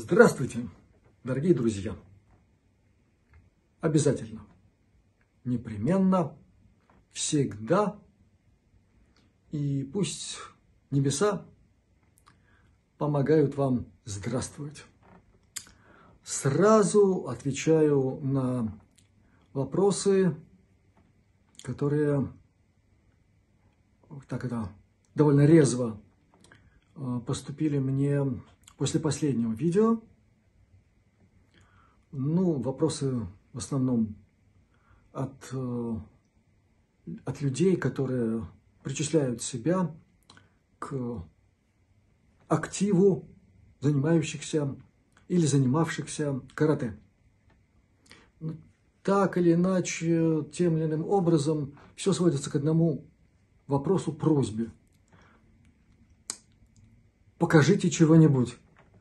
Здравствуйте, дорогие друзья! Обязательно, непременно, всегда, и пусть небеса помогают вам здравствовать. Сразу отвечаю на вопросы, которые довольно резво поступили мне после последнего видео. Вопросы в основном от людей, которые причисляют себя к активу занимающихся или занимавшихся карате. Так или иначе, тем или иным образом, все сводится к одному вопросу, просьбе. Покажите чего-нибудь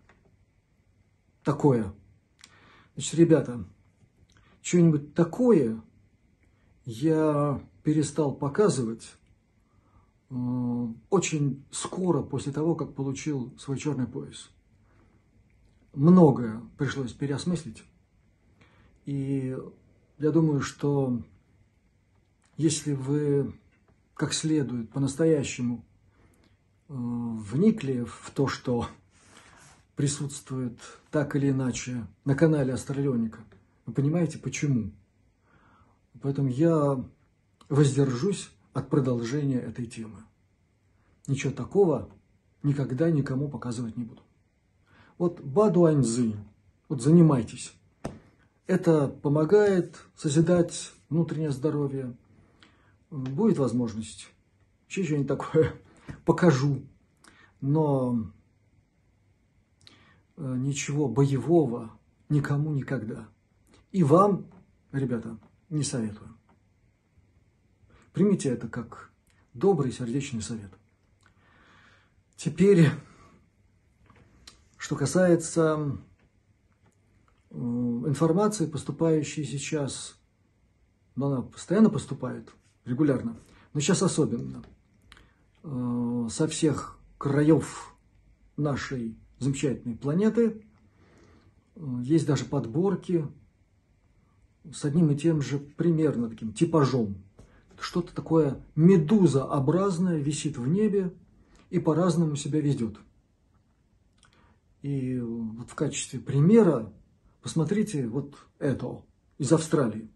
такое. Значит, ребята, что-нибудь такое я перестал показывать очень скоро после того, как получил свой черный пояс. Многое пришлось переосмыслить. И я думаю, что если вы как следует, по-настоящему вникли в то, что присутствует так или иначе на канале Астралионика, вы понимаете, почему. Поэтому я воздержусь от продолжения этой темы. Ничего такого никогда никому показывать не буду. Вот Бадуаньцзинь, вот занимайтесь. Это помогает созидать внутреннее здоровье. Будет возможность, еще что-нибудь такое покажу. Но ничего боевого никому никогда. И вам, ребята, не советую. Примите это как добрый сердечный совет. Теперь, что касается информации, поступающей сейчас, она постоянно поступает, регулярно, но сейчас особенно, со всех краев нашей замечательной планеты, есть даже подборки с одним и тем же примерно таким типажом. Что-то такое медузообразное висит в небе и по-разному себя ведет. И вот в качестве примера посмотрите вот это из Австралии.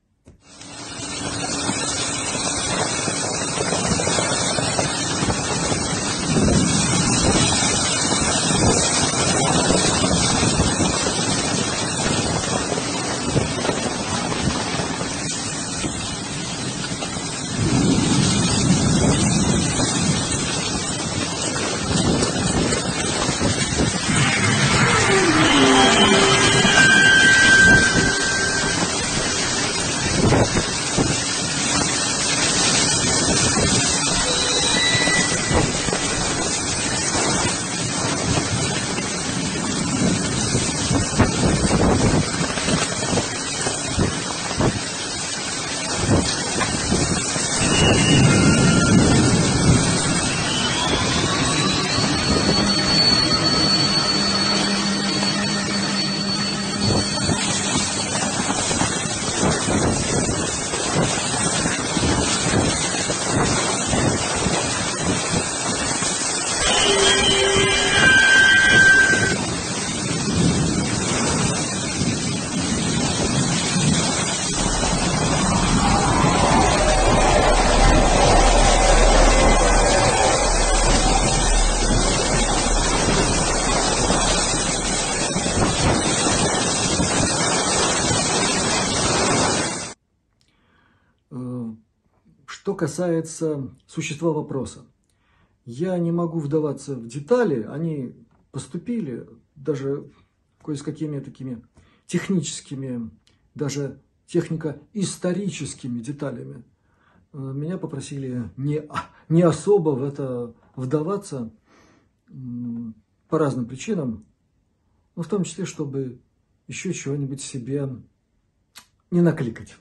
Что касается существа вопроса, я не могу вдаваться в детали, они поступили даже кое с какими такими техническими, даже технико-историческими деталями. Меня попросили не особо в это вдаваться по разным причинам, но в том числе, чтобы еще чего-нибудь себе не накликать.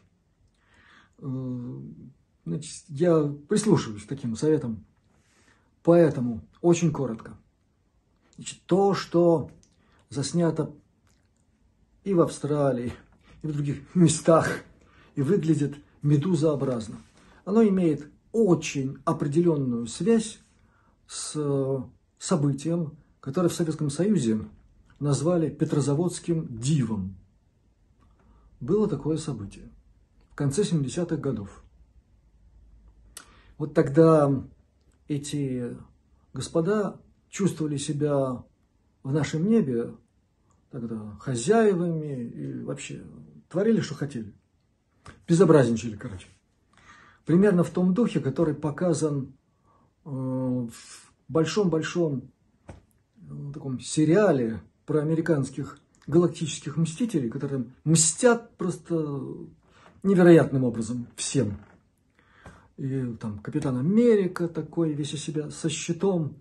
Значит, я прислушиваюсь к таким советам, поэтому очень коротко. Значит, то, что заснято и в Австралии, и в других местах, и выглядит медузообразно. Оно имеет очень определенную связь с событием, которое в Советском Союзе назвали Петрозаводским дивом. Было такое событие в конце 70-х годов. Вот тогда эти господа чувствовали себя в нашем небе тогда хозяевами и вообще творили, что хотели. Безобразничали, короче. Примерно в том духе, который показан в большом-большом таком сериале про американских галактических мстителей, которые мстят просто невероятным образом всем. И там Капитан Америка такой, весь из себя со щитом,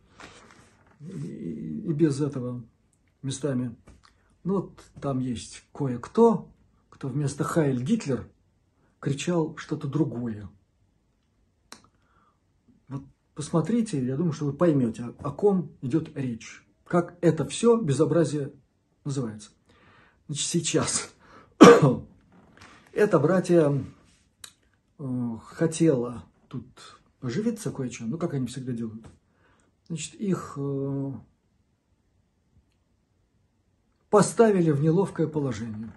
и без этого местами. Ну вот там есть кое-кто, кто вместо «Хайль Гитлер» кричал что-то другое. Вот посмотрите, я думаю, что вы поймете, о ком идет речь. Как это все безобразие называется. Значит, сейчас эта братья хотела тут поживиться кое-чем, ну, как они всегда делают. Значит, их поставили в неловкое положение.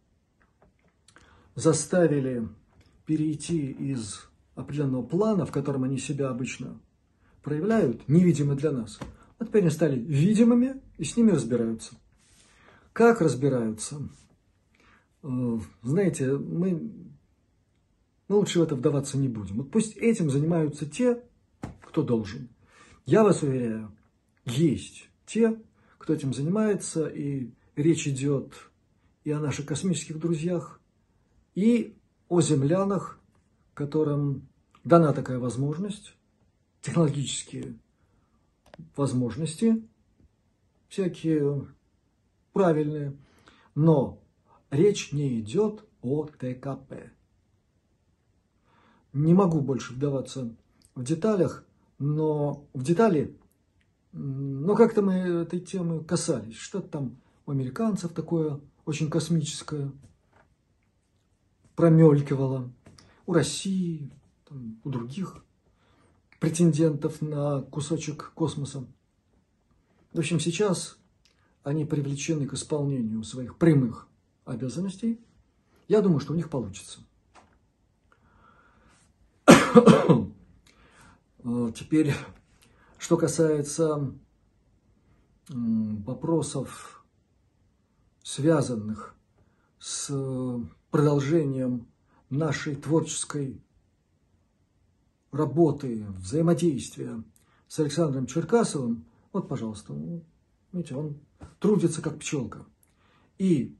Заставили перейти из определенного плана, в котором они себя обычно проявляют, невидимы для нас. А теперь они стали видимыми и с ними разбираются. Как разбираются? Знаете, мы лучше в это вдаваться не будем. Вот пусть этим занимаются те, кто должен. Я вас уверяю, есть те, кто этим занимается, и речь идет и о наших космических друзьях, и о землянах, которым дана такая возможность, технологические возможности, всякие правильные, но речь не идет о ТКП. Не могу больше вдаваться в деталях, но как-то мы этой темы касались. Что-то там у американцев такое очень космическое промелькивало, у России, там, у других претендентов на кусочек космоса. В общем, сейчас они привлечены к исполнению своих прямых обязанностей. Я думаю, что у них получится. Теперь, что касается вопросов, связанных с продолжением нашей творческой работы, взаимодействия с Александром Черкасовым, вот, пожалуйста, видите, он трудится как пчелка. И,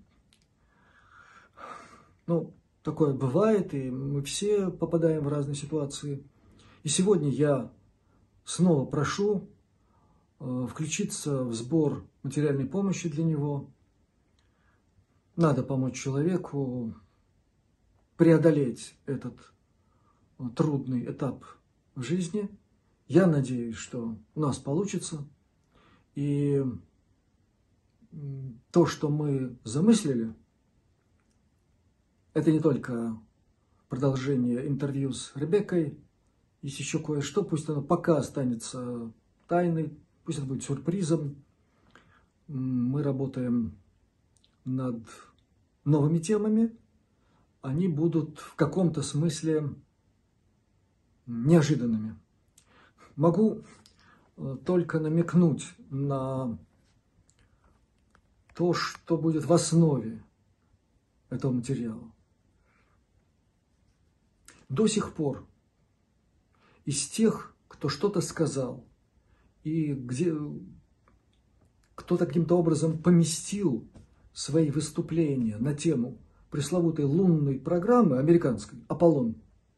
такое бывает, и мы все попадаем в разные ситуации. И сегодня я снова прошу включиться в сбор материальной помощи для него. Надо помочь человеку преодолеть этот трудный этап в жизни. Я надеюсь, что у нас получится. И то, что мы замыслили, это не только продолжение интервью с Ребеккой. Есть еще кое-что, пусть оно пока останется тайной, пусть это будет сюрпризом. Мы работаем над новыми темами. Они будут в каком-то смысле неожиданными. Могу только намекнуть на то, что будет в основе этого материала. До сих пор из тех, кто что-то сказал, и где кто-то каким-то образом поместил свои выступления на тему пресловутой лунной программы американской «Аполлон»,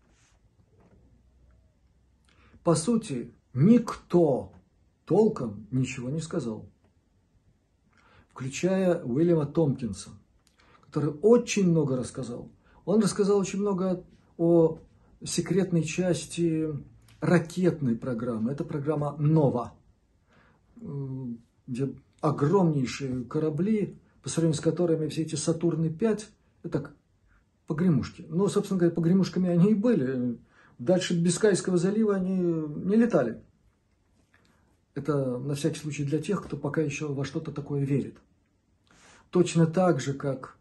по сути, никто толком ничего не сказал, включая Уильяма Томпкинса, который очень много рассказал. Он рассказал очень много о секретной части ракетной программы. Это программа «Нова», где огромнейшие корабли по сравнению с которыми все эти Сатурны-5, это так, погремушки. Ну, собственно говоря, погремушками они и были. Дальше Бискайского залива они не летали. Это на всякий случай для тех, кто пока еще во что-то такое верит. Точно так же, как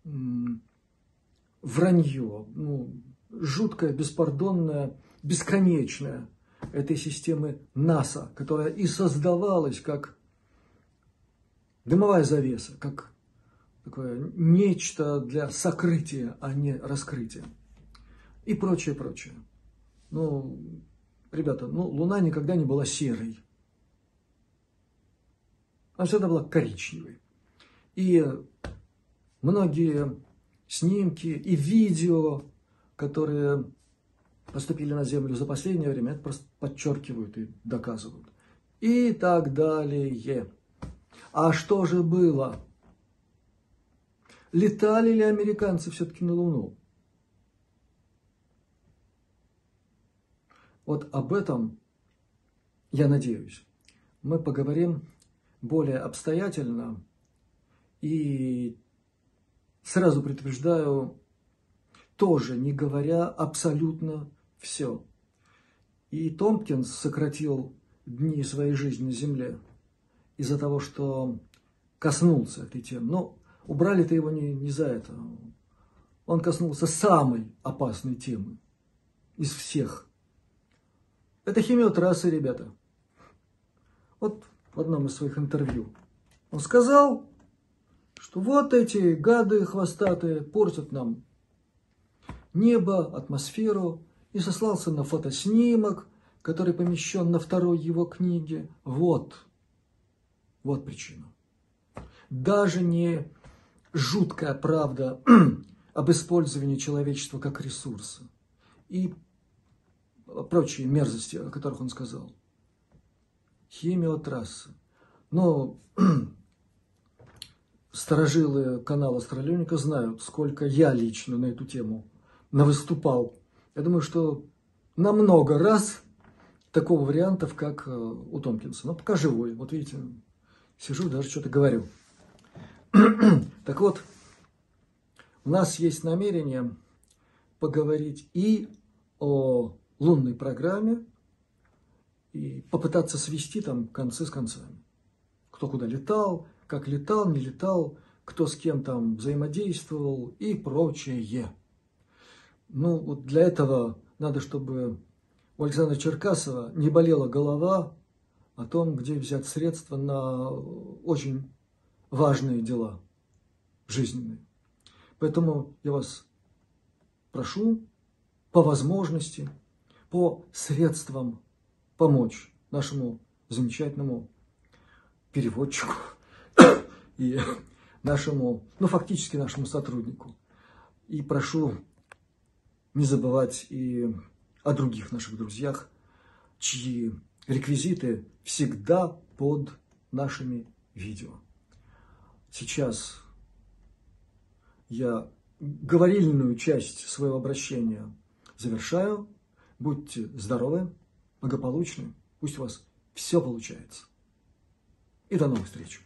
вранье, жуткое, беспардонное, бесконечное этой системы НАСА, которая и создавалась как дымовая завеса, как такое нечто для сокрытия, а не раскрытия. И прочее, прочее. Ребята, Луна никогда не была серой. Она всегда была коричневой. И многие снимки и видео, которые поступили на Землю за последнее время, это просто подчеркивают и доказывают. И так далее. А что же было? Летали ли американцы все-таки на Луну? Вот об этом, я надеюсь, мы поговорим более обстоятельно. И сразу предупреждаю, тоже не говоря абсолютно все. И Томпкинс сократил дни своей жизни на Земле из-за того, что коснулся этой темы. Но убрали-то его не за это. Он коснулся самой опасной темы из всех. Это химиотрассы, ребята. Вот в одном из своих интервью он сказал, что вот эти гады хвостатые портят нам небо, атмосферу, и сослался на фотоснимок, который помещен на второй его книге. Вот причина. Даже не жуткая правда об использовании человечества как ресурса и прочие мерзости, о которых он сказал. Химиотрассы. Но старожилы канала Астралёника знают, сколько я лично на эту тему навыступал. Я думаю, что на много раз такого вариантов, как у Томпкинса. Но пока живой. Вот видите, сижу, даже что-то говорю. Так вот, у нас есть намерение поговорить и о лунной программе, и попытаться свести там концы с концами. Кто куда летал, как летал, не летал, кто с кем там взаимодействовал и прочее. Вот для этого надо, чтобы у Александра Черкасова не болела голова о том, где взять средства на очень важные дела жизненные. Поэтому я вас прошу по возможности, по средствам помочь нашему замечательному переводчику и нашему, фактически нашему сотруднику. И прошу не забывать и о других наших друзьях, чьи реквизиты всегда под нашими видео. Сейчас я говорильную часть своего обращения завершаю. Будьте здоровы, благополучны. Пусть у вас все получается. И до новых встреч.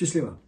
Счастливо!